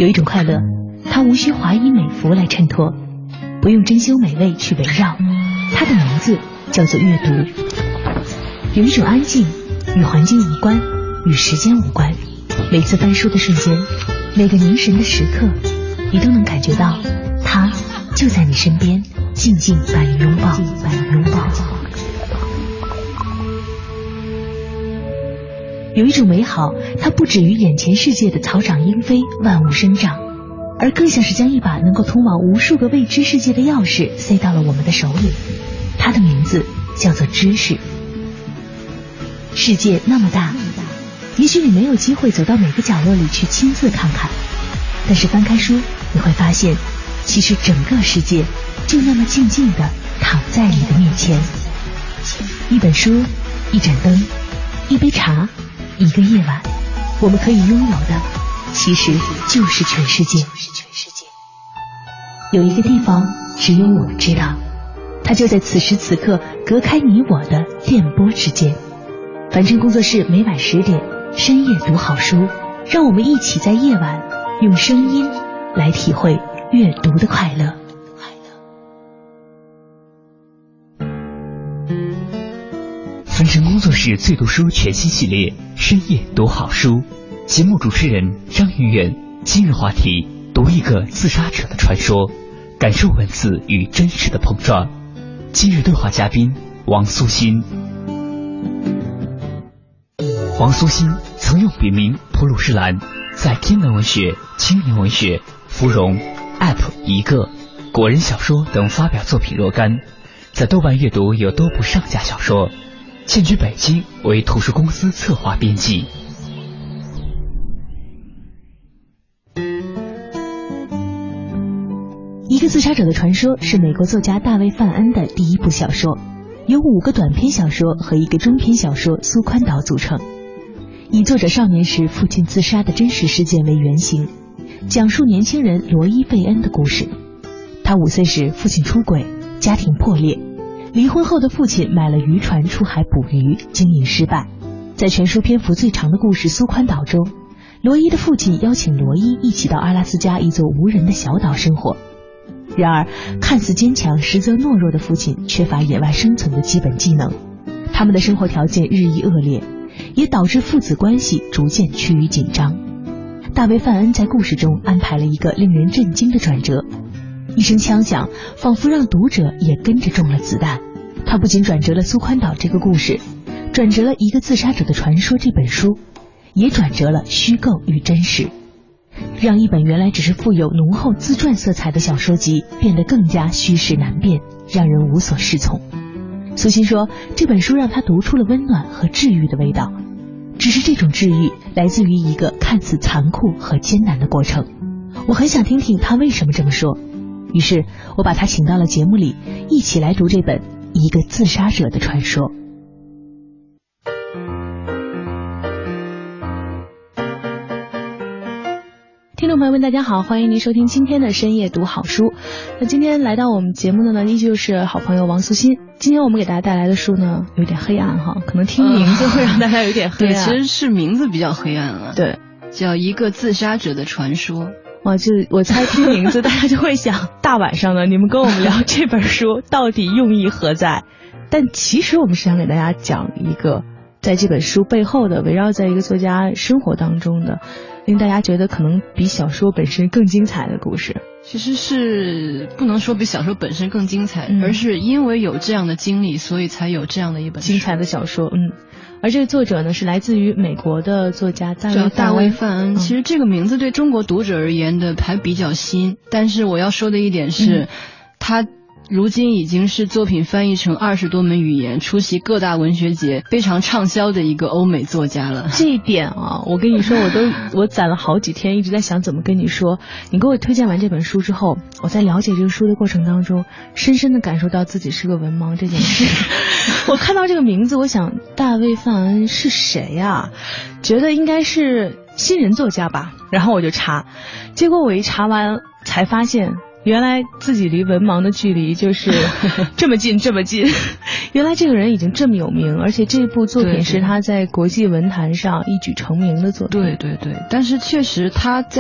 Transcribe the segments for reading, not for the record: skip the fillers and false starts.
有一种快乐，它无需华衣美服来衬托，不用珍馐美味去围绕，它的名字叫做阅读。有一种安静，与环境无关，与时间无关，每次翻书的瞬间，每个凝神的时刻，你都能感觉到它就在你身边，静静把你拥抱。有一种美好，它不止于眼前世界的草长莺飞，万物生长，而更像是将一把能够通往无数个未知世界的钥匙塞到了我们的手里。它的名字叫做知识。世界那么大，也许你没有机会走到每个角落里去亲自看看，但是翻开书，你会发现，其实整个世界就那么静静地躺在你的面前。一本书，一盏灯，一杯茶，一个夜晚，我们可以拥有的其实就是全世界。有一个地方只有我们知道，它就在此时此刻隔开你我的电波之间。凡尘工作室每晚10点深夜读好书，让我们一起在夜晚用声音来体会阅读的快乐。 凡尘工作室最读书全新系列深夜读好书，节目主持人张云远。今日话题：读一个自杀者的传说，感受文字与真实的碰撞。今日对话嘉宾王苏欣。王苏欣曾用笔名普鲁士蓝，在天文文学、青年文学、芙蓉、App 一个、果仁小说等发表作品若干，在豆瓣阅读有多部上架小说，现居北京，为图书公司策划编辑。 一个自杀者的传说是美国作家大卫·范恩的第一部小说，由5个短篇小说和1个中篇小说《苏宽岛》组成，以作者少年时父亲自杀的真实事件为原型，讲述年轻人罗伊·贝恩的故事。他5岁时父亲出轨，家庭破裂，离婚后的父亲买了渔船出海捕鱼，经营失败。在全书篇幅最长的故事《苏宽岛》中，罗伊的父亲邀请罗伊一起到阿拉斯加一座无人的小岛生活。然而看似坚强实则懦弱的父亲缺乏野外生存的基本技能，他们的生活条件日益恶劣，也导致父子关系逐渐趋于紧张。大卫·范恩在故事中安排了一个令人震惊的转折，一声枪响仿佛让读者也跟着中了子弹。他不仅转折了苏宽岛这个故事，转折了一个自杀者的传说这本书，也转折了虚构与真实，让一本原来只是富有浓厚自传色彩的小说集变得更加虚实难辨，让人无所适从。苏欣说，这本书让他读出了温暖和治愈的味道，只是这种治愈来自于一个看似残酷和艰难的过程。我很想听听他为什么这么说，于是我把他请到了节目里，一起来读这本《一个自杀者的传说》。听众朋友们大家好，欢迎您收听今天的深夜读好书。那今天来到我们节目的呢，依旧是好朋友王苏欣。今天我们给大家带来的书呢，有点黑暗哈，可能听名字会让大家有点黑暗。 对，其实是名字比较黑暗了。 对， 叫《一个自杀者的传说》。 哇，就我猜听名字大家就会想，大晚上的你们跟我们聊这本书到底用意何在？但其实我们是想给大家讲一个在这本书背后的，围绕在一个作家生活当中的，令大家觉得可能比小说本身更精彩的故事。 其实是不能说比小说本身更精彩，而是因为有这样的经历，所以才有这样的一本精彩的小说。而这个作者呢，是来自于美国的作家大卫· 范恩。其实这个名字对中国读者而言的还比较新，但是我要说的一点是，他如今已经是作品翻译成20多门语言，出席各大文学节，非常畅销的一个欧美作家了。 这一点啊，我跟你说，我攒了好几天，一直在想怎么跟你说。你给我推荐完这本书之后，我在了解这个书的过程当中，深深的感受到自己是个文盲这件事。我看到这个名字，我想大卫·范恩是谁呀？觉得应该是新人作家吧，然后我就查，结果我一查完才发现，原来自己离文盲的距离就是这么近这么近。原来这个人已经这么有名，而且这部作品是他在国际文坛上一举成名的作品。 对，但是确实他在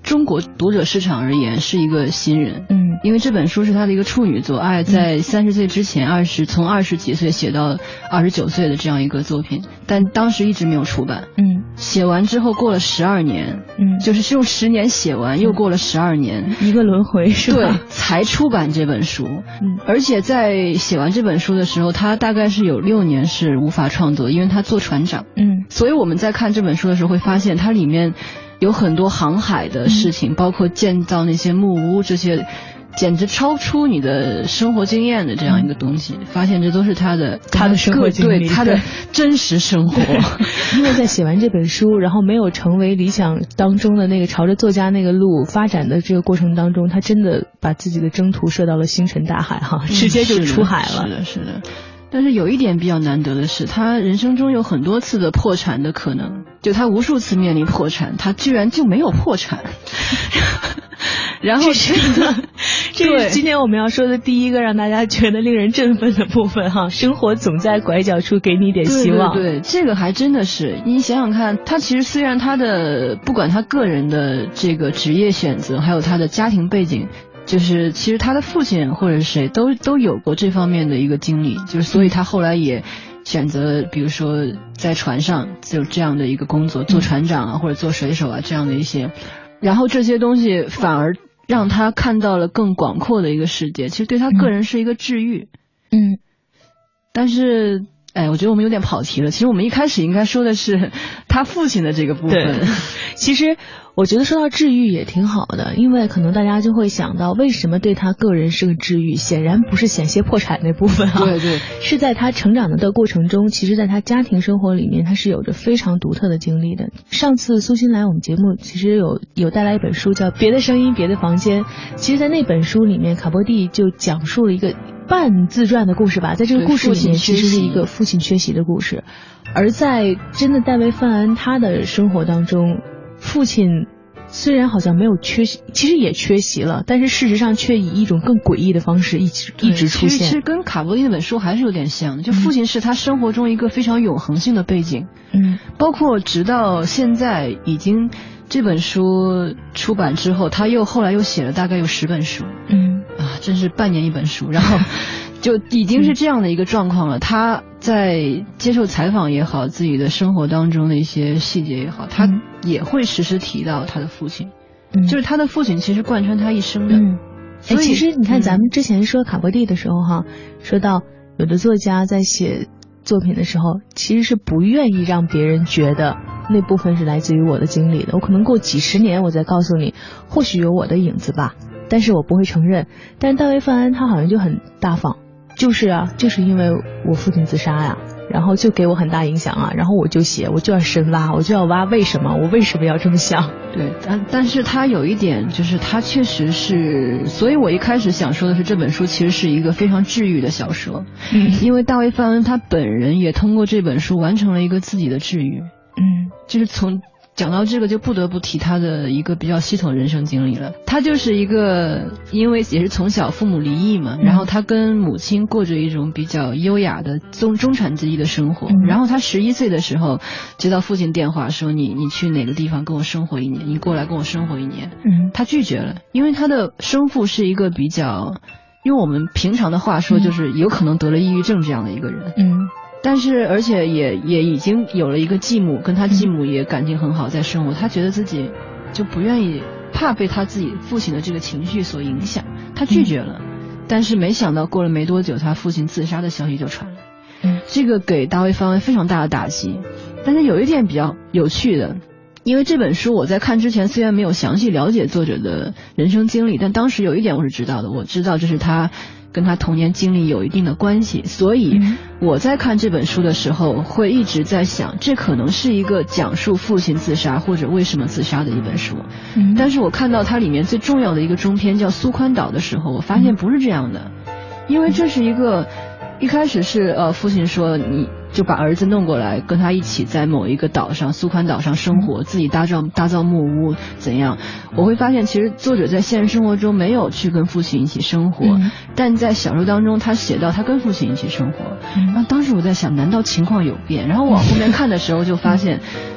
中国读者市场而言是一个新人，因为这本书是他的一个处女作，在30岁之前从20几岁写到29岁的这样一个作品，但当时一直没有出版，写完之后过了12年，就是用10年写完，又过了12年， 一个轮回是吧？ 对，才出版这本书，而且在写完这本书的时候，他大概是有6年是无法创作，因为他做船长，所以我们在看这本书的时候会发现它里面有很多航海的事情，包括建造那些木屋，这些简直超出你的生活经验的这样一个东西，发现这都是他的生活经历， 对他的真实生活。 因为在写完这本书，然后没有成为理想当中的那个朝着作家那个路发展的这个过程当中，他真的把自己的征途射到了星辰大海直接就出海了。 是的。但是有一点比较难得的是，他人生中有很多次的破产的可能，就他无数次面临破产，他居然就没有破产。然后这是今天我们要说的第一个让大家觉得令人振奋的部分哈，生活总在拐角处给你一点希望。 对，这个还真的是，你想想看，他其实虽然他的不管他个人的这个职业选择，还有他的家庭背景，就是其实他的父亲或者谁都有过这方面的一个经历，就是所以他后来也选择比如说在船上就这样的一个工作，做船长啊或者做水手啊这样的一些，然后这些东西反而让他看到了更广阔的一个世界，其实对他个人是一个治愈。但是我觉得我们有点跑题了，其实我们一开始应该说的是他父亲的这个部分。 其实我觉得说到治愈也挺好的，因为可能大家就会想到为什么对他个人是个治愈，显然不是险些破产那部分对， 是在他成长的过程中，其实在他家庭生活里面他是有着非常独特的经历的。上次苏欣来我们节目其实有带来一本书叫《别的声音别的房间》，其实在那本书里面卡波蒂就讲述了一个半自传的故事吧，在这个故事里面其实是一个父亲缺席的故事，而在真的戴维·范恩他的生活当中，父亲虽然好像没有缺席，其实也缺席了，但是事实上却以一种更诡异的方式一直出现。 其实跟卡波蒂那本书还是有点像的，就父亲是他生活中一个非常永恒性的背景，包括直到现在已经这本书出版之后，他后来又写了大概有10本书，真是半年一本书，然后就已经是这样的一个状况了。他在接受采访也好，自己的生活当中的一些细节也好，他也会时时提到他的父亲，就是他的父亲其实贯穿他一生的。所以其实你看咱们之前说卡波蒂的时候说到有的作家在写作品的时候，其实是不愿意让别人觉得那部分是来自于我的经历的，我可能过几十年我再告诉你，或许有我的影子吧，但是我不会承认。但是大卫·范恩他好像就很大方，就是因为我父亲自杀呀，然后就给我很大影响啊，然后我就写，我就要深挖，我就要挖为什么，我为什么要这么想。 对，但是他有一点就是他确实是，所以我一开始想说的是这本书其实是一个非常治愈的小说，因为大卫·范恩他本人也通过这本书完成了一个自己的治愈。就是从讲到这个就不得不提他的一个比较系统人生经历了。他就是一个因为也是从小父母离异嘛，然后他跟母亲过着一种比较优雅的中产阶级的生活，然后他11岁的时候接到父亲电话说你去哪个地方跟我生活1年，你过来跟我生活1年。他拒绝了，因为他的生父是一个比较用我们平常的话说就是有可能得了抑郁症这样的一个人。但是而且也已经有了一个继母，跟他继母也感情很好，在生活，他觉得自己就不愿意，怕被他自己父亲的这个情绪所影响，他拒绝了。但是没想到过了没多久，他父亲自杀的消息就传来，这个给大卫·范恩非常大的打击。但是有一点比较有趣的，因为这本书我在看之前虽然没有详细了解作者的人生经历，但当时有一点我是知道的，我知道这是他跟他童年经历有一定的关系，所以我在看这本书的时候会一直在想，这可能是一个讲述父亲自杀或者为什么自杀的一本书。但是我看到它里面最重要的一个中篇叫苏宽岛的时候，我发现不是这样的，因为这是一个一开始是父亲说你就把儿子弄过来跟他一起在某一个岛上苏宽岛上生活，自己搭造木屋怎样。我会发现其实作者在现实生活中没有去跟父亲一起生活，但在小说当中他写到他跟父亲一起生活。然后当时我在想难道情况有变，然后往后面看的时候就发现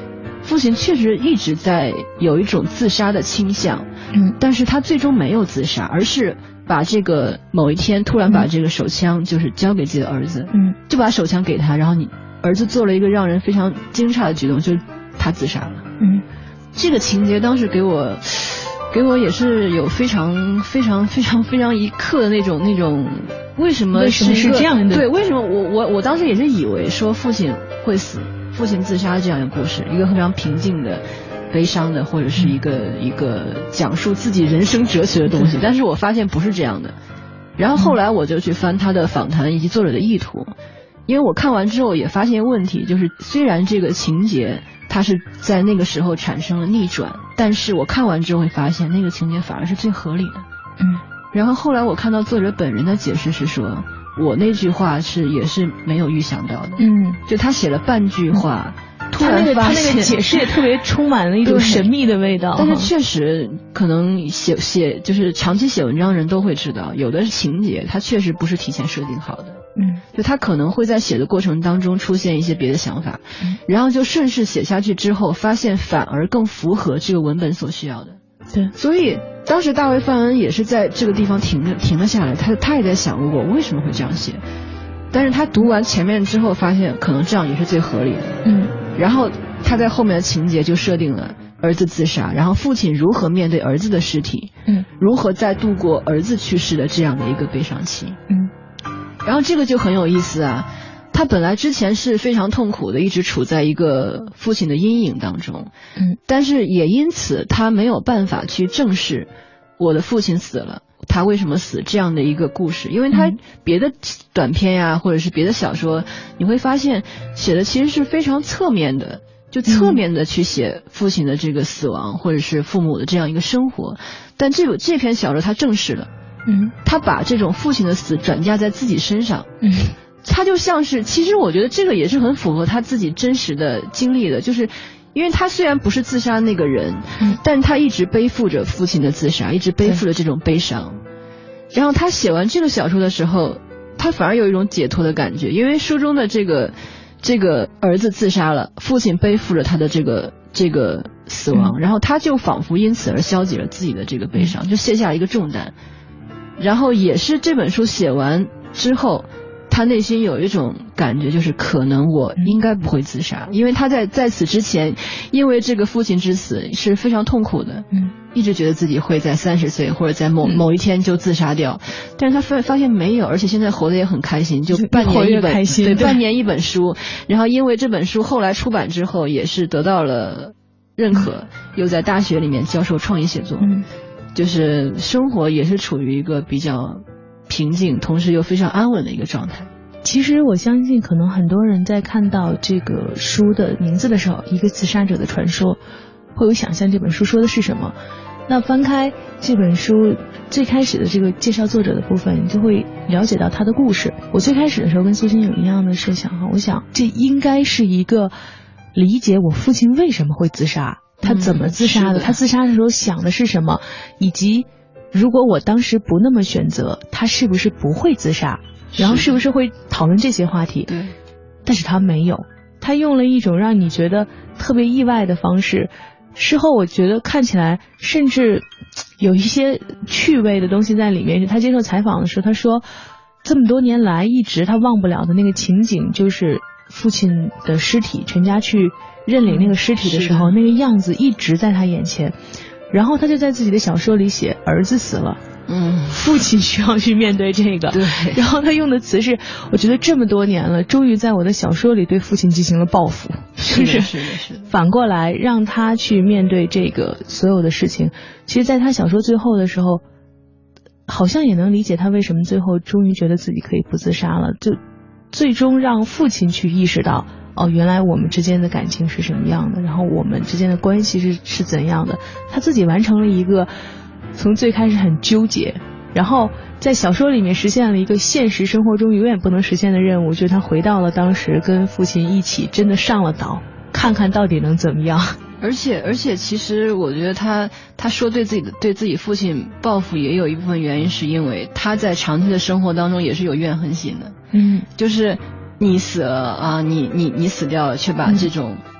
父亲确实一直在有一种自杀的倾向，但是他最终没有自杀，而是把这个某一天突然把这个手枪就是交给自己的儿子，就把手枪给他，然后你儿子做了一个让人非常惊诧的举动，就是他自杀了。这个情节当时给我也是有非常一刻的那种为什么是这样的？ 对，为什么我当时也是以为说父亲会死，父亲自杀这样一个故事，一个非常平静的悲伤的，或者是一个讲述自己人生哲学的东西，但是我发现不是这样的。然后后来我就去翻他的访谈以及作者的意图，因为我看完之后也发现问题，就是虽然这个情节它是在那个时候产生了逆转，但是我看完之后会发现那个情节反而是最合理的。然后后来我看到作者本人的解释是说，我那句话也是没有预想到的。就他写了半句话，突然发现他那个解释也特别充满了一种神秘的味道。 但是确实可能写就是长期写文章人都会知道，有的情节它确实不是提前设定好的。就他可能会在写的过程当中出现一些别的想法，然后就顺势写下去之后，发现反而更符合这个文本所需要的。 对， 所以当时大卫范恩也是在这个地方停了下来，他也在想我为什么会这样写，但是他读完前面之后发现可能这样也是最合理的。然后他在后面的情节就设定了儿子自杀，然后父亲如何面对儿子的尸体，如何在度过儿子去世的这样的一个悲伤期。然后这个就很有意思啊，他本来之前是非常痛苦的，一直处在一个父亲的阴影当中，但是也因此他没有办法去正视我的父亲死了，他为什么死这样的一个故事，因为他别的短篇呀，或者是别的小说，你会发现写的其实是非常侧面的，就侧面的去写父亲的这个死亡，或者是父母的这样一个生活，但这篇小说他正视了。他把这种父亲的死转嫁在自己身上，他就像是，其实我觉得这个也是很符合他自己真实的经历的，就是因为他虽然不是自杀那个人，但他一直背负着父亲的自杀，一直背负着这种悲伤。然后他写完这个小说的时候，他反而有一种解脱的感觉，因为书中的这个儿子自杀了，父亲背负着他的这个死亡，然后他就仿佛因此而消解了自己的这个悲伤，就卸下一个重担。然后也是这本书写完之后，他内心有一种感觉，就是可能我应该不会自杀，因为他在此之前，因为这个父亲之死是非常痛苦的，一直觉得自己会在30岁或者在某一天就自杀掉，但是他发现没有，而且现在活得也很开心，就半年一本，对，半年一本书，然后因为这本书后来出版之后也是得到了认可，又在大学里面教授创意写作。就是生活也是处于一个比较平静，同时又非常安稳的一个状态。 其实我相信，可能很多人在看到这个书的名字的时候，一个自杀者的传说，会有想象这本书说的是什么。那翻开这本书最开始的这个介绍作者的部分，你就会了解到他的故事。我最开始的时候跟苏欣有一样的设想哈，我想这应该是一个理解我父亲为什么会自杀。他怎么自杀的？他自杀的时候想的是什么？以及如果我当时不那么选择，他是不是不会自杀？然后是不是会讨论这些话题？ 对。 但是他没有，他用了一种让你觉得特别意外的方式。事后我觉得看起来甚至有一些趣味的东西在里面。他接受采访的时候，他说这么多年来一直他忘不了的那个情景，就是父亲的尸体，全家去认领那个尸体的时候，那个样子一直在他眼前。然后他就在自己的小说里写儿子死了，父亲需要去面对这个。 对。 然后他用的词是，我觉得这么多年了，终于在我的小说里对父亲进行了报复， 是的， 反过来让他去面对这个所有的事情。其实在他小说最后的时候，好像也能理解他为什么最后终于觉得自己可以不自杀了，就最终让父亲去意识到，原来我们之间的感情是什么样的，然后我们之间的关系是怎样的。他自己完成了一个从最开始很纠结，然后在小说里面实现了一个现实生活中永远不能实现的任务，就是他回到了当时跟父亲一起真的上了岛，看看到底能怎么样。 而且其实我觉得他说对自己父亲报复也有一部分原因是因为他在长期的生活当中也是有怨恨心的。就是你死了啊，你死掉了，却把这种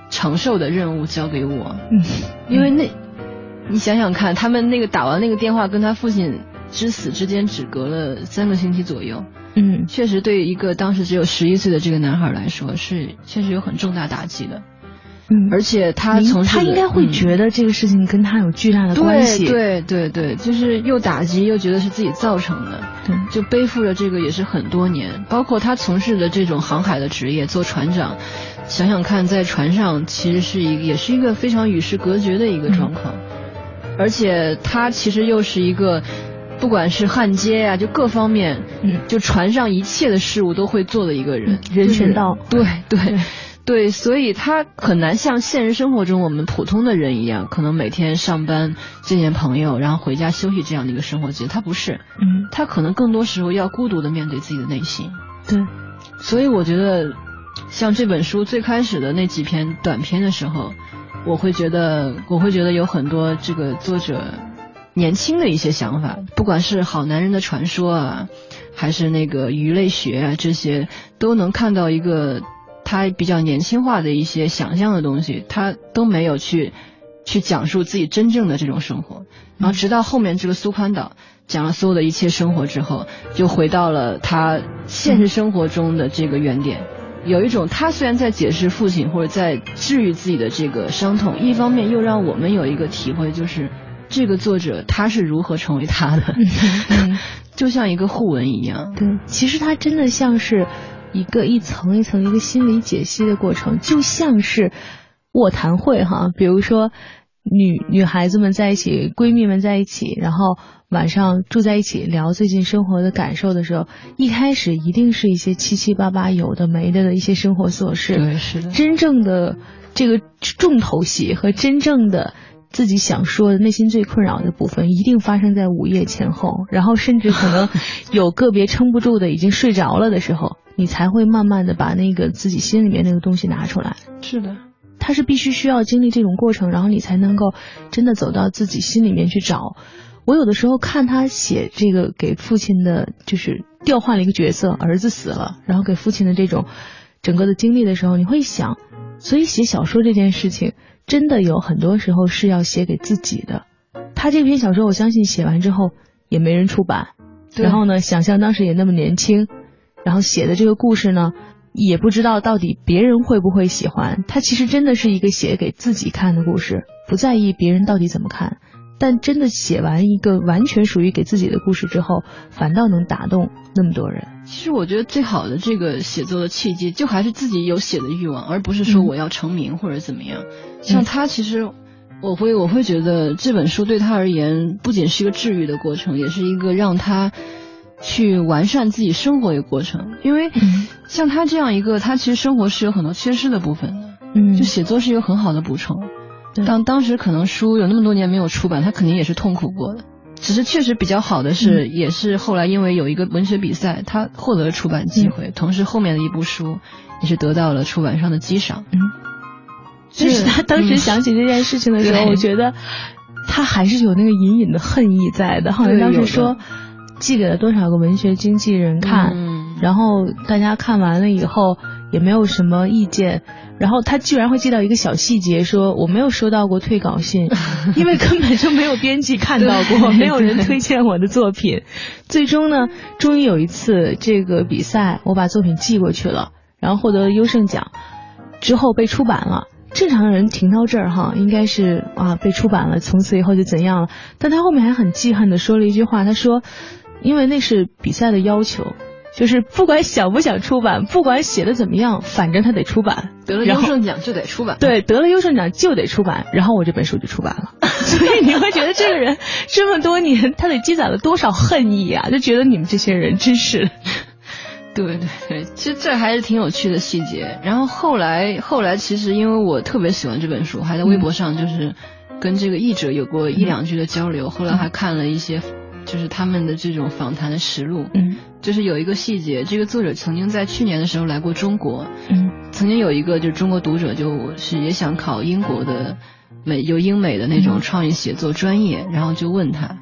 长寿的任务交给我。因为你想想看，他们那个打完那个电话跟他父亲之死之间只隔了3个星期左右。确实对于一个当时只有11岁的这个男孩来说是确实有很重大打击的。而且他应该会觉得这个事情跟他有巨大的关系。 对，就是又打击又觉得是自己造成的。 对， 就背负着这个也是很多年，包括他从事的这种航海的职业，做船长，想想看，在船上其实也是一个非常与世隔绝的一个状况。而且他其实又是一个不管是焊接呀，就各方面，就船上一切的事物都会做的一个人， 人权道。 对，所以他很难像现实生活中我们普通的人一样，可能每天上班见见朋友，然后回家休息这样的一个生活节奏。他不是，他可能更多时候要孤独的面对自己的内心。 对， 所以我觉得像这本书最开始的那几篇短篇的时候，我会觉得有很多这个作者年轻的一些想法，不管是好男人的传说啊，还是那个鱼类学啊，这些都能看到一个他比较年轻化的一些想象的东西，他都没有去讲述自己真正的这种生活。然后直到后面这个苏宽岛讲了所有的一切生活之后，就回到了他现实生活中的这个原点。有一种他虽然在解释父亲或者在治愈自己的这个伤痛，一方面又让我们有一个体会，就是这个作者他是如何成为他的。就像一个互文一样。 对，其实他真的像是一层一层一个心理解析的过程，就像是卧谈会哈，比如说女孩子们在一起，闺蜜们在一起，然后晚上住在一起聊最近生活的感受的时候，一开始一定是一些七七八八有的没的一些生活琐事。 对，是的。 真正的这个重头戏和真正的自己想说的内心最困扰的部分一定发生在午夜前后，然后甚至可能有个别撑不住的已经睡着了的时候，你才会慢慢的把那个自己心里面那个东西拿出来。 是的， 他是必须需要经历这种过程，然后你才能够真的走到自己心里面去找。我有的时候看他写这个给父亲的，就是调换了一个角色，儿子死了，然后给父亲的这种整个的经历的时候，你会想，所以写小说这件事情真的有很多时候是要写给自己的。他这篇小说我相信写完之后也没人出版，然后呢想象当时也那么年轻，然后写的这个故事呢也不知道到底别人会不会喜欢。他其实真的是一个写给自己看的故事，不在意别人到底怎么看，但真的写完一个完全属于给自己的故事之后，反倒能打动那么多人。 其实我觉得最好的这个写作的契机就还是自己有写的欲望，而不是说我要成名或者怎么样。像他其实我会觉得这本书对他而言不仅是一个治愈的过程，也是一个让他去完善自己生活的过程。因为像他这样一个他其实生活是有很多缺失的部分的，就写作是一个很好的补充。当时可能书有那么多年没有出版，他肯定也是痛苦过的。只是确实比较好的是，也是后来因为有一个文学比赛，他获得了出版机会，同时后面的一部书也是得到了出版商的激赏。 就是他当时想起这件事情的时候，我觉得他还是有那个隐隐的恨意在的，好像当时说寄给了多少个文学经纪人看，然后大家看完了以后也没有什么意见，然后他居然会记到一个小细节，说我没有收到过退稿信，因为根本就没有编辑看到过，没有人推荐我的作品。最终呢，终于有一次这个比赛我把作品寄过去了，然后获得了优胜奖，之后被出版了。正常人停到这儿哈，应该是被出版了，从此以后就怎样了。但他后面还很记恨的说了一句话，他说因为那是比赛的要求，就是不管想不想出版，不管写的怎么样，反正他得出版， 得了优胜奖就得出版。 对，得了优胜奖就得出版，然后我这本书就出版了。所以你会觉得这个人这么多年他得积攒了多少恨意啊，就觉得你们这些人真是对，其实这还是挺有趣的细节。然后后来其实因为我特别喜欢这本书，还在微博上就是跟这个译者有过一两句的交流，后来还看了一些就是他们的这种访谈的实录。就是有一个细节，这个作者曾经在去年的时候来过中国，曾经有一个就是中国读者就是也想考英国的有英美的那种创意写作专业，然后就问他，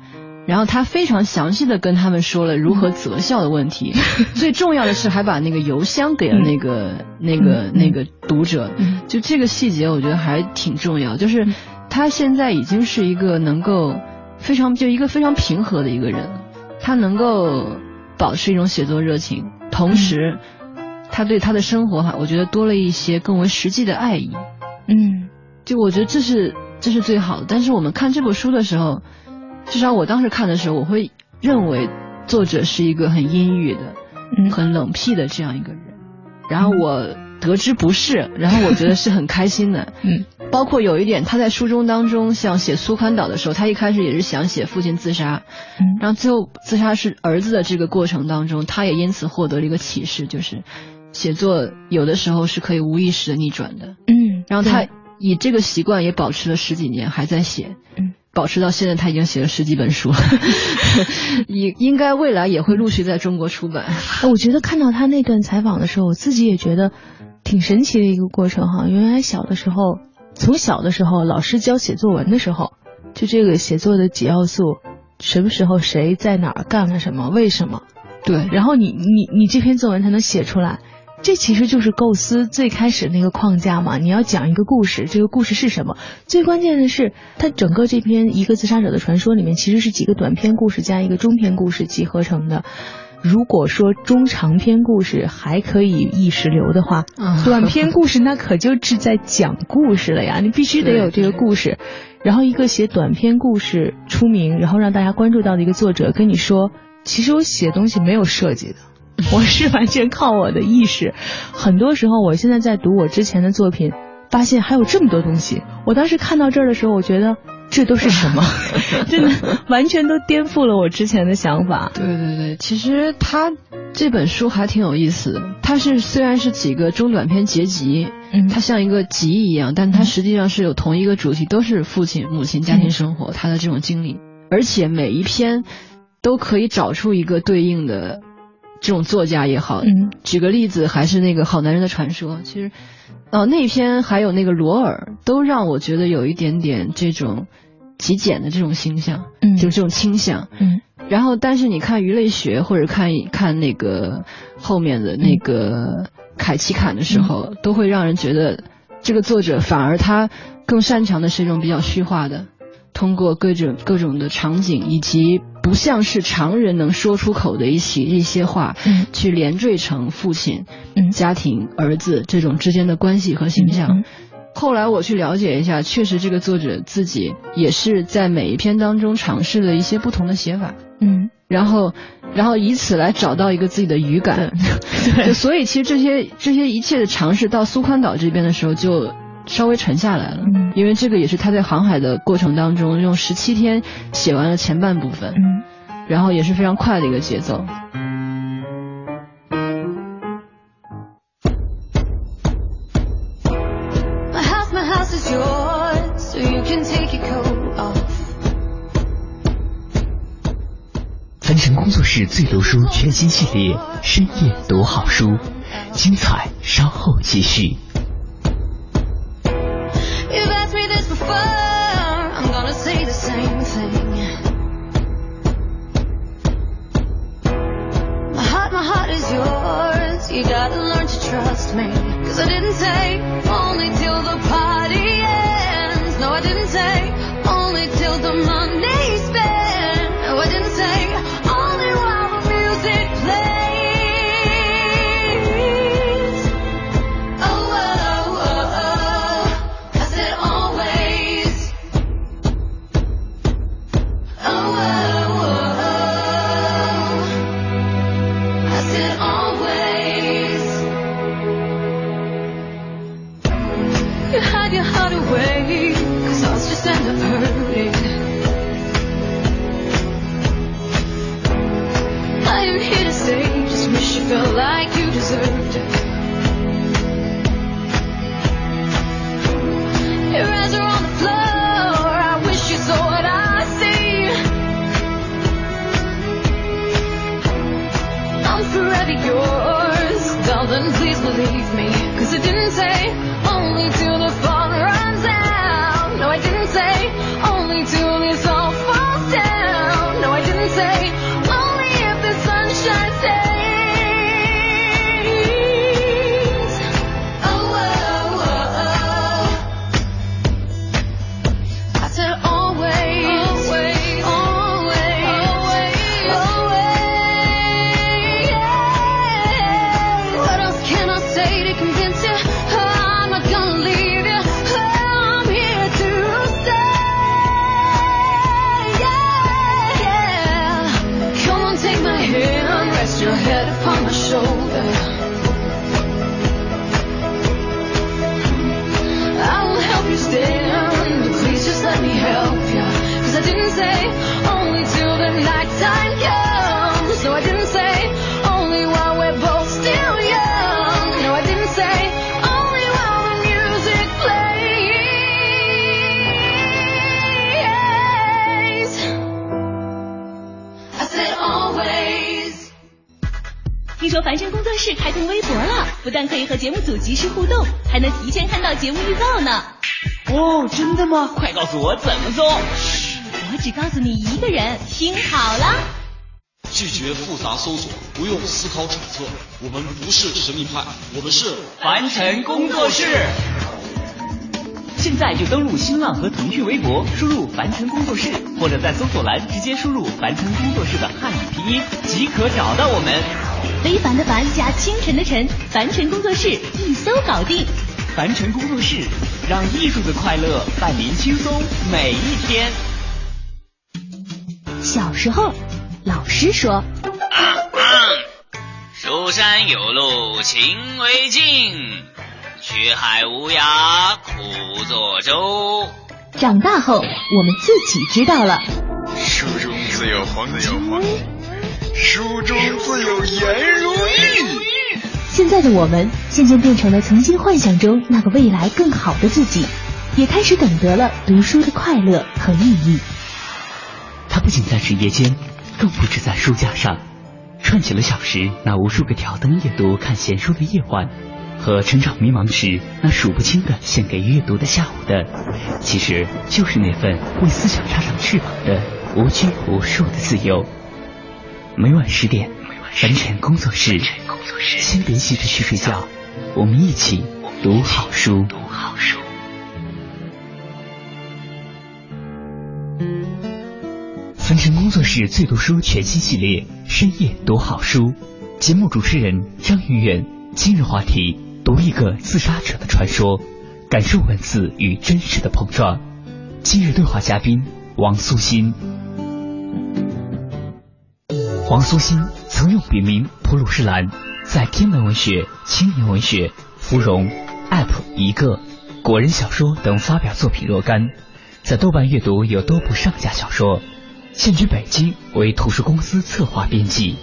然后他非常详细的跟他们说了如何择校的问题，最重要的是还把那个邮箱给了那个读者，就这个细节我觉得还挺重要，就是他现在已经是一个能够非常平和的一个人，他能够保持一种写作热情，同时他对他的生活我觉得多了一些更为实际的爱意。就我觉得这是最好的。但是我们看这部书的时候，至少我当时看的时候，我会认为作者是一个很阴郁的、很冷僻的这样一个人。然后我得知不是，然后我觉得是很开心的。包括有一点，他在书中当中，像写苏宽岛的时候，他一开始也是想写父亲自杀，然后最后自杀是儿子的这个过程当中，他也因此获得了一个启示，就是写作有的时候是可以无意识的逆转的。然后他以这个习惯也保持了10几年，还在写，保持到现在他已经写了10几本书了，应该未来也会陆续在中国出版。 我觉得看到他那段采访的时候，我自己也觉得挺神奇的一个过程哈。原来从小的时候老师教写作文的时候，就这个写作的几要素，什么时候谁在哪儿干了什么为什么， 对， 然后你这篇作文才能写出来，这其实就是构思最开始那个框架嘛。你要讲一个故事，这个故事是什么？最关键的是，它整个这篇《一个自杀者的传说》里面其实是几个短篇故事加一个中篇故事集合成的。如果说中长篇故事还可以意识流的话，短篇故事那可就是在讲故事了呀，你必须得有这个故事。然后一个写短篇故事出名，然后让大家关注到的一个作者跟你说，其实我写东西没有设计的，我是完全靠我的意识。很多时候我现在在读我之前的作品，发现还有这么多东西。我当时看到这儿的时候，我觉得这都是什么？真的完全都颠覆了我之前的想法。 对，其实他这本书还挺有意思的。它虽然是几个中短篇结集，它像一个集一样，但它实际上是有同一个主题，都是父亲、母亲、家庭生活，他的这种经历，而且每一篇都可以找出一个对应的这种作家也好。举个例子，还是那个好男人的传说，其实那篇还有那个罗尔，都让我觉得有一点点这种极简的这种形象，就这种倾向。然后但是你看鱼类学或者看那个后面的那个凯奇坎的时候，都会让人觉得这个作者反而他更擅长的是一种比较虚化的，通过各种的场景以及不像是常人能说出口的一些话，去连缀成父亲、家庭、儿子这种之间的关系和形象。后来我去了解一下，确实这个作者自己也是在每一篇当中尝试了一些不同的写法，然后以此来找到一个自己的语感。对，所以其实这些一切的尝试到苏宽岛这边的时候就稍微沉下来了，因为这个也是他在航海的过程当中用17天写完了前半部分，然后也是非常快的一个节奏。 凡尘工作室最读书全新系列深夜读好书，精彩稍后继续。 My heart is yours, you gotta learn to trust me, 'cause I didn't say only till the party ends. No, I didn't say only till the money's spent. No, I didn't say only while the music plays. Oh, oh, oh, oh, I said always. Oh, oh, oh, oh, I said always. You hide your heart away, 'cause hearts just end up hurting. I am here to say, just wish you felt like you deserved it. Your eyes are on the floor, I wish you saw what I see. I'm forever yours, darling, please believe me, 'cause I didn't say only till the fun runs out. No, I didn't say only till this all falls down. No, I 说凡尘工作室开通微博了，不但可以和节目组及时互动，还能提前看到节目预告呢。 哦，真的吗？快告诉我怎么做。 我只告诉你一个人，听好了。 拒绝复杂搜索，不用思考揣测，我们不是神秘派，我们是凡尘工作室。现在就登录新浪和腾讯微博，输入凡尘工作室，或者在搜索栏直接输入凡尘工作室的汉语拼音，即可找到我们。 非凡的凡加清晨的晨，凡尘工作室一搜搞定。 凡尘工作室，让艺术的快乐伴您轻松每一天。 小时候，老师说， 蜀山有路勤为径，学海无涯苦作舟。 长大后，我们自己知道了。 书中自有黄金，书中自有颜如玉。 现在的我们渐渐变成了曾经幻想中那个未来更好的自己，也开始懂得了读书的快乐和意义。 它不仅在纸页间，更不止在书架上，串起了小时那无数个挑灯夜读看闲书的夜晚，和成长迷茫时那数不清的献给阅读的下午的，其实就是那份为思想插上翅膀的无拘无束的自由。每晚10点，凡尘工作室，先别急着去睡觉，我们一起读好书。凡尘工作室最读书全新系列深夜读好书，节目主持人张云远，今日话题读一个自杀者的传说，感受文字与真实的碰撞。今日对话嘉宾王苏欣。王苏欣曾用笔名普鲁士蓝，在天文文学、青年文学、芙蓉、App 一个、果仁小说等发表作品若干，在豆瓣阅读有多部上架小说，现居北京，为图书公司策划编辑。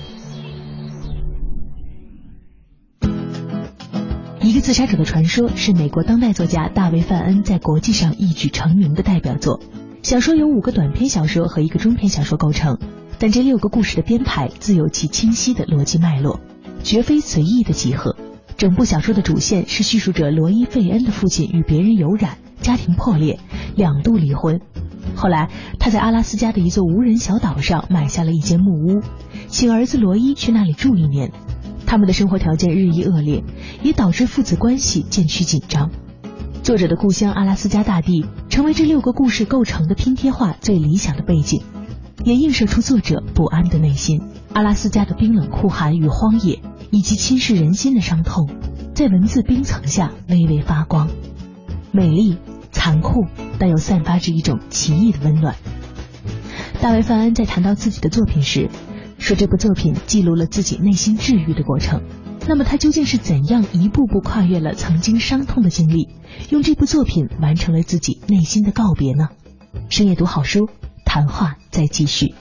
一个自杀者的传说是美国当代作家大卫·范恩在国际上一举成名的代表作。小说由5个短篇小说和1个中篇小说构成，但这6个故事的编排自有其清晰的逻辑脉络，绝非随意的集合。整部小说的主线是叙述者罗伊·费恩的父亲与别人有染，家庭破裂，2度离婚。后来他在阿拉斯加的一座无人小岛上买下了一间木屋，请儿子罗伊去那里住1年。他们的生活条件日益恶劣，也导致父子关系渐趋紧张。作者的故乡阿拉斯加大地成为这6个故事构成的拼贴画最理想的背景，也映射出作者不安的内心。阿拉斯加的冰冷酷寒与荒野，以及侵蚀人心的伤痛，在文字冰层下微微发光，美丽残酷，但又散发着一种奇异的温暖。大卫·范恩在谈到自己的作品时说，这部作品记录了自己内心治愈的过程。那么他究竟是怎样一步步跨越了曾经伤痛的经历，用这部作品完成了自己内心的告别呢？深夜读好书，谈话再继续。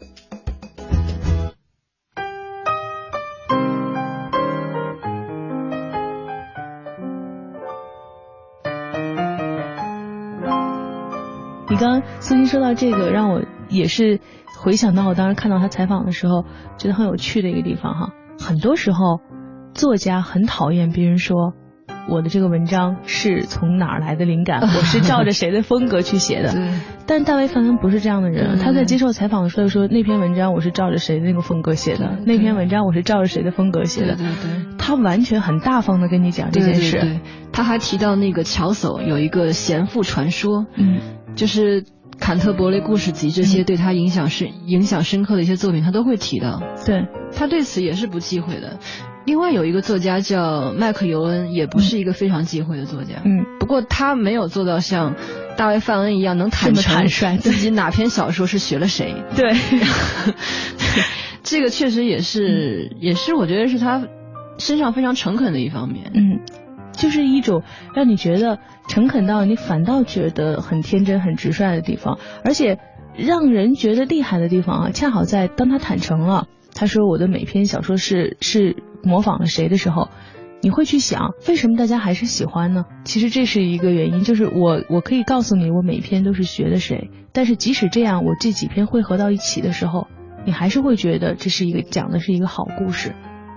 你刚刚苏欣说到这个，让我也是回想到我当时看到他采访的时候，觉得很有趣的一个地方哈。很多时候作家很讨厌别人说我的这个文章是从哪儿来的灵感，我是照着谁的风格去写的。但大卫·范恩不是这样的人，他在接受采访的时候说，那篇文章我是照着谁的那个风格写的，那篇文章我是照着谁的风格写的。他完全很大方的跟你讲这件事。 对，他还提到那个乔叟有一个贤妇传说，就是坎特伯雷故事集这些对他影响深刻的一些作品，他都会提到。 对， 他对此也是不忌讳的。另外有一个作家叫麦克尤恩，也不是一个非常忌讳的作家。不过他没有做到像大卫·范恩一样能坦诚自己哪篇小说是学了谁。 对， 这个确实也是我觉得是他身上非常诚恳的一方面。 就是一种让你觉得诚恳到你反倒觉得很天真很直率的地方，而且让人觉得厉害的地方啊，恰好在当他坦诚了，他说我的每篇小说是模仿了谁的时候，你会去想为什么大家还是喜欢呢？其实这是一个原因，就是我可以告诉你我每篇都是学的谁，但是即使这样，我这几篇汇合到一起的时候，你还是会觉得这是讲的是一个好故事。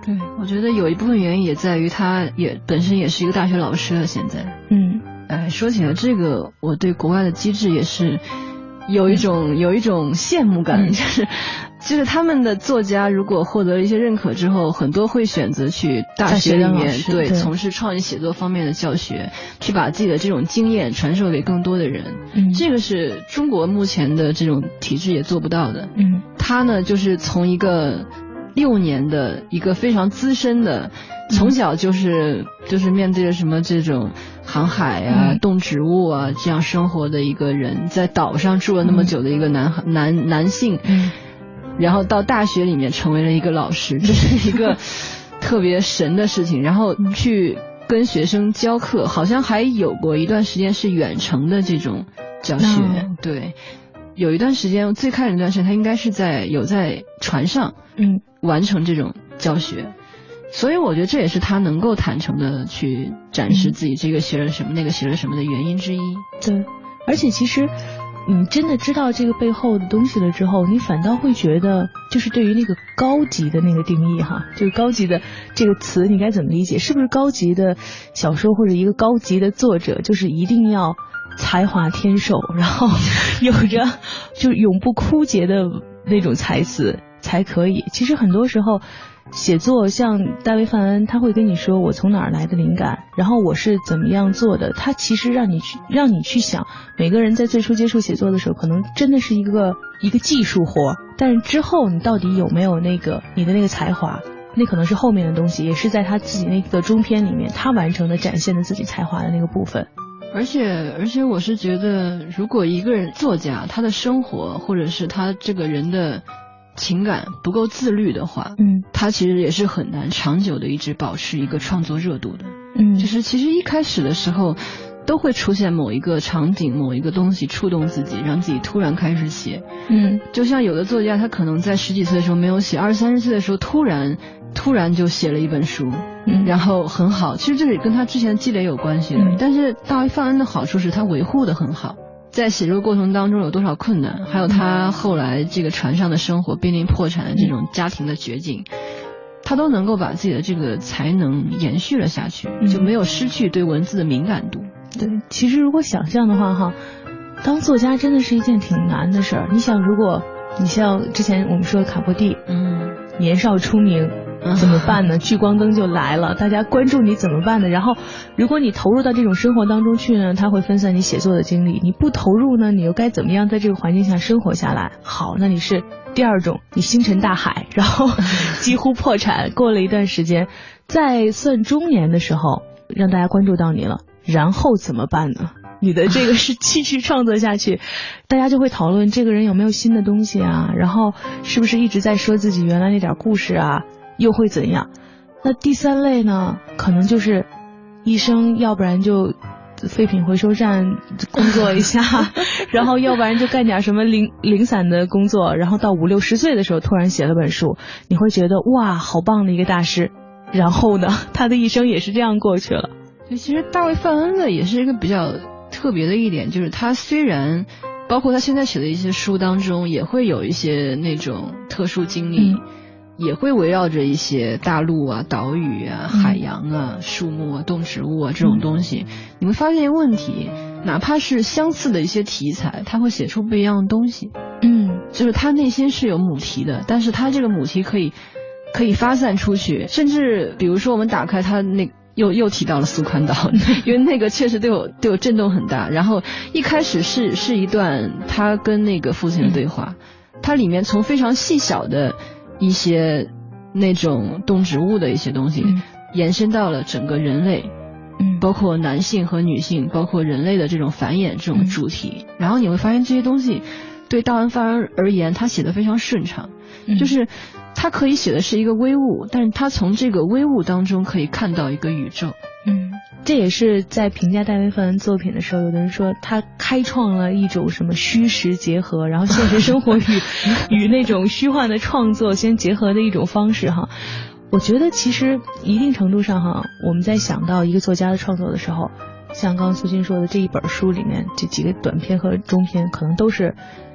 对，我觉得有一部分原因也在于他也本身也是一个大学老师了，现在。说起来这个，我对国外的机制也是有一种羡慕感，就是他们的作家如果获得了一些认可之后，很多会选择去大学里面对从事创意写作方面的教学，去把自己的这种经验传授给更多的人。这个是中国目前的这种体制也做不到的。他呢就是从一个6年的一个非常资深的，从小就是面对着什么这种航海啊、动植物啊这样生活的一个人，在岛上住了那么久的一个男性，然后到大学里面成为了一个老师，这是一个特别神的事情。然后去跟学生教课，好像还有过一段时间是远程的这种教学。对，有一段时间，最开始那段时间他应该是在船上完成这种教学。所以我觉得这也是他能够坦诚的去展示自己这个学了什么那个学了什么的原因之一。 对，而且其实你真的知道这个背后的东西了之后，你反倒会觉得就是对于那个高级的那个定义哈，就是高级的这个词你该怎么理解？是不是高级的小说或者一个高级的作者就是一定要才华天授，然后有着就永不枯竭的那种才词才可以？其实很多时候写作像大卫范恩，他会跟你说我从哪儿来的灵感，然后我是怎么样做的。他其实让你去想，每个人在最初接触写作的时候，可能真的是一个技术活，但是之后你到底有没有你的那个才华，那可能是后面的东西，也是在他自己那个中篇里面他完成的展现的自己才华的那个部分。 而且我是觉得，如果一个人作家他的生活或者是他这个人的情感不够自律的话，他其实也是很难长久的一直保持一个创作热度的。就是其实一开始的时候都会出现某一个场景、某一个东西触动自己，让自己突然开始写。就像有的作家他可能在10几岁的时候没有写，20、30岁的时候突然就写了一本书，然后很好。其实这里跟他之前的积累有关系的。但是大卫范恩的好处是他维护的很好。在写作过程当中有多少困难，还有他后来这个船上的生活濒临破产的这种家庭的绝境，他都能够把自己的这个才能延续了下去，就没有失去对文字的敏感度。 对，其实如果想象的话哈，当作家真的是一件挺难的事儿。你想，如果你像之前我们说的卡波蒂，年少出名怎么办呢？聚光灯就来了，大家关注你怎么办呢？然后如果你投入到这种生活当中去呢，它会分散你写作的精力；你不投入呢，你又该怎么样在这个环境下生活下来？好，那你是第二种，你星辰大海，然后几乎破产，过了一段时间，在算中年的时候，让大家关注到你了，然后怎么办呢？你的这个是继续创作下去，大家就会讨论这个人有没有新的东西啊，然后是不是一直在说自己原来那点故事啊，又会怎样？那第三类呢，可能就是一生要不然就废品回收站工作一下然后要不然就干点什么零散的工作，然后到50、60岁的时候突然写了本书，你会觉得哇，好棒的一个大师。然后呢，他的一生也是这样过去了。 其实大卫范恩的也是一个比较特别的一点，就是他虽然包括他现在写的一些书当中也会有一些那种特殊经历，也会围绕着一些大陆啊、岛屿啊、海洋啊、树木啊、动植物啊这种东西，你会发现一个问题，哪怕是相似的一些题材，他会写出不一样的东西。就是他内心是有母题的，但是他这个母题可以发散出去，甚至比如说我们打开他那又提到了苏宽岛，因为那个确实对我震动很大。然后一开始是一段他跟那个父亲的对话，它里面从非常细小的一些那种动植物的一些东西，延伸到了整个人类，包括男性和女性，包括人类的这种繁衍这种主题。然后你会发现这些东西对大卫范恩而言，他写得非常顺畅，就是他可以写的是一个微物，但是他从这个微物当中可以看到一个宇宙。 这也是在评价大卫范恩作品的时候，有的人说他开创了一种什么虚实结合，然后现实生活与那种虚幻的创作相结合的一种方式哈。我觉得其实一定程度上哈，我们在想到一个作家的创作的时候，像刚刚苏军说的这一本书里面这几个短篇和中篇，可能都是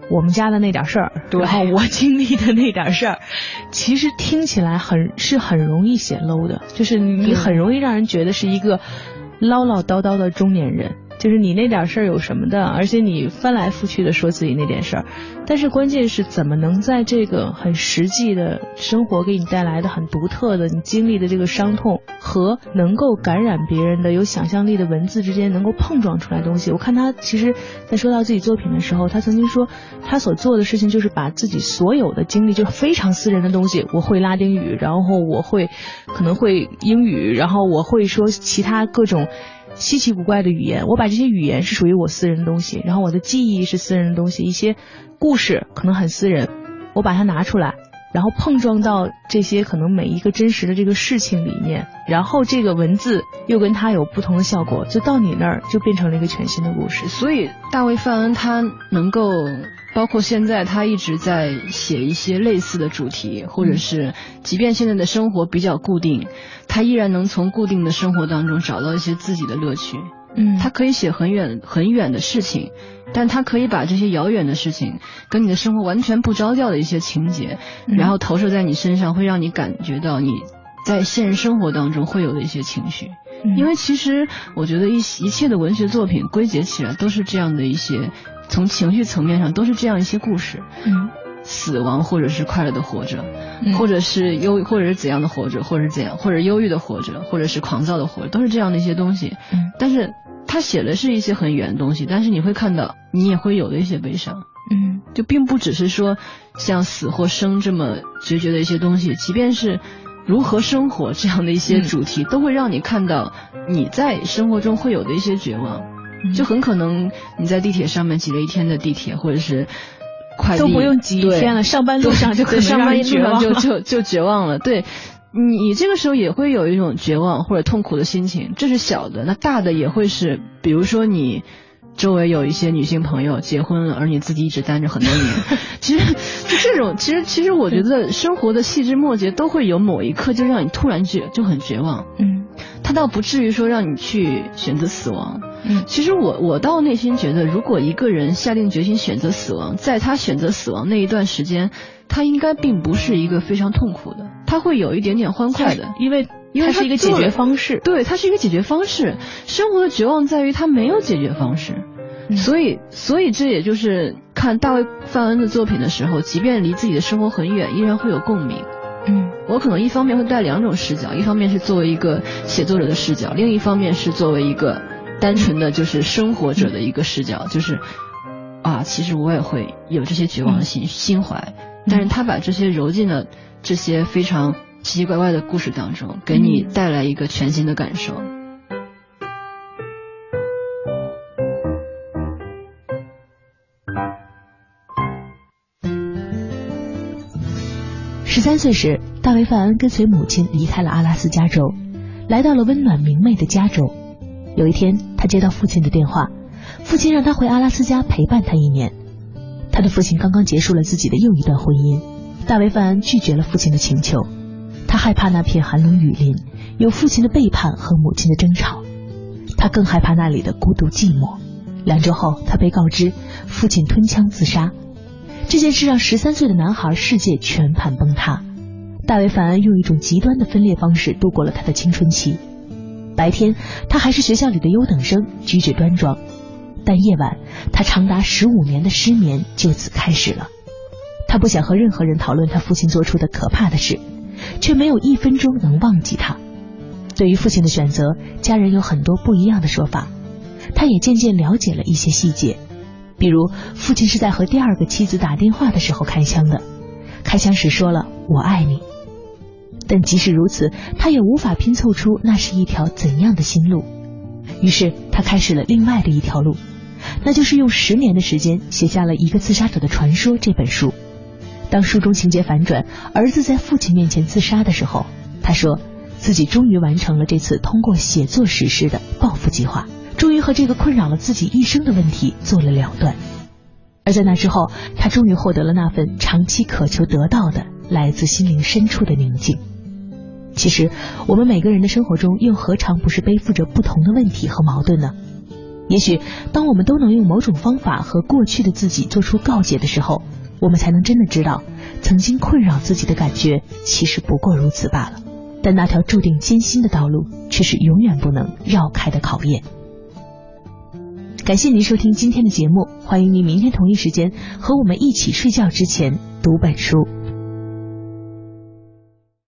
我们家的那点事儿，然后我经历的那点事儿，其实听起来很容易写 low 的，就是你很容易让人觉得是一个唠唠叨叨的中年人。就是你那点事儿有什么的，而且你翻来覆去的说自己那点事儿，但是关键是怎么能在这个很实际的生活给你带来的很独特的你经历的这个伤痛和能够感染别人的有想象力的文字之间能够碰撞出来的东西。我看他其实在说到自己作品的时候，他曾经说他所做的事情就是把自己所有的经历，就是非常私人的东西，我会拉丁语，然后我可能会英语，然后我会说其他各种稀奇古怪的语言，我把这些语言是属于我私人的东西，然后我的记忆是私人的东西，一些故事可能很私人，我把它拿出来，然后碰撞到这些可能每一个真实的这个事情里面，然后这个文字又跟它有不同的效果，就到你那儿就变成了一个全新的故事。 所以大卫范恩他能够包括现在他一直在写一些类似的主题，或者是即便现在的生活比较固定，他依然能从固定的生活当中找到一些自己的乐趣。他可以写很远很远的事情，但他可以把这些遥远的事情跟你的生活完全不着调的一些情节，然后投射在你身上，会让你感觉到你在现实生活当中会有的一些情绪。因为其实我觉得一切的文学作品归结起来都是这样的一些，从情绪层面上都是这样一些故事。死亡或者是快乐的活着，或者是或者是怎样的活着，或者是怎样，或者忧郁的活着，或者是狂躁的活着，都是这样的一些东西。但是他写的是一些很远的东西，但是你会看到你也会有的一些悲伤。就并不只是说像死或生这么决绝的一些东西，即便是如何生活这样的一些主题，都会让你看到你在生活中会有的一些绝望。就很可能你在地铁上面挤了一天的地铁，或者是快递都不用挤一天了，上班路上就可能让人绝望， 就绝望了。对，你这个时候也会有一种绝望或者痛苦的心情，这是小的。那大的也会是，比如说你周围有一些女性朋友结婚了，而你自己一直单着很多年。其实就这种，其实我觉得生活的细枝末节都会有某一刻就让你突然就很绝望。他倒不至于说让你去选择死亡。其实我倒内心觉得，如果一个人下定决心选择死亡，在他选择死亡那一段时间，他应该并不是一个非常痛苦的，他会有一点点欢快的，因为它是一个解决方式。对，它是一个解决方式。生活的绝望在于它没有解决方式。所以这也就是看大卫范恩的作品的时候，即便离自己的生活很远，依然会有共鸣。我可能一方面会带两种视角，一方面是作为一个写作者的视角，另一方面是作为一个单纯的就是生活者的一个视角，就是其实我也会有这些绝望的心怀，但是他把这些揉进了这些非常奇奇怪怪的故事当中，给你带来一个全新的感受。 13岁时，大卫范恩跟随母亲离开了阿拉斯加州，来到了温暖明媚的加州。有一天，他接到父亲的电话，父亲让他回阿拉斯加陪伴他1年。他的父亲刚刚结束了自己的又一段婚姻，大卫范恩拒绝了父亲的请求。他害怕那片寒冷雨林，有父亲的背叛和母亲的争吵。他更害怕那里的孤独寂寞。2周后，他被告知父亲吞枪自杀。这件事让13岁的男孩世界全盘崩塌。大卫范恩用一种极端的分裂方式度过了他的青春期。白天，他还是学校里的优等生，举止端庄，但夜晚，他长达15年的失眠就此开始了。他不想和任何人讨论他父亲做出的可怕的事，却没有1分钟能忘记他。对于父亲的选择，家人有很多不一样的说法。他也渐渐了解了一些细节，比如父亲是在和第2个妻子打电话的时候开枪的，开枪时说了我爱你。但即使如此，他也无法拼凑出那是一条怎样的新路。于是他开始了另外的一条路，那就是用10年的时间写下了一个自杀者的传说这本书。当书中情节反转，儿子在父亲面前自杀的时候，他说自己终于完成了这次通过写作实施的报复计划，终于和这个困扰了自己一生的问题做了了断。而在那之后，他终于获得了那份长期渴求得到的来自心灵深处的宁静。其实我们每个人的生活中又何尝不是背负着不同的问题和矛盾呢？ 也许当我们都能用某种方法和过去的自己做出告解的时候，我们才能真的知道曾经困扰自己的感觉其实不过如此罢了。但那条注定艰辛的道路却是永远不能绕开的考验。感谢您收听今天的节目，欢迎您明天同一时间和我们一起睡觉之前读本书。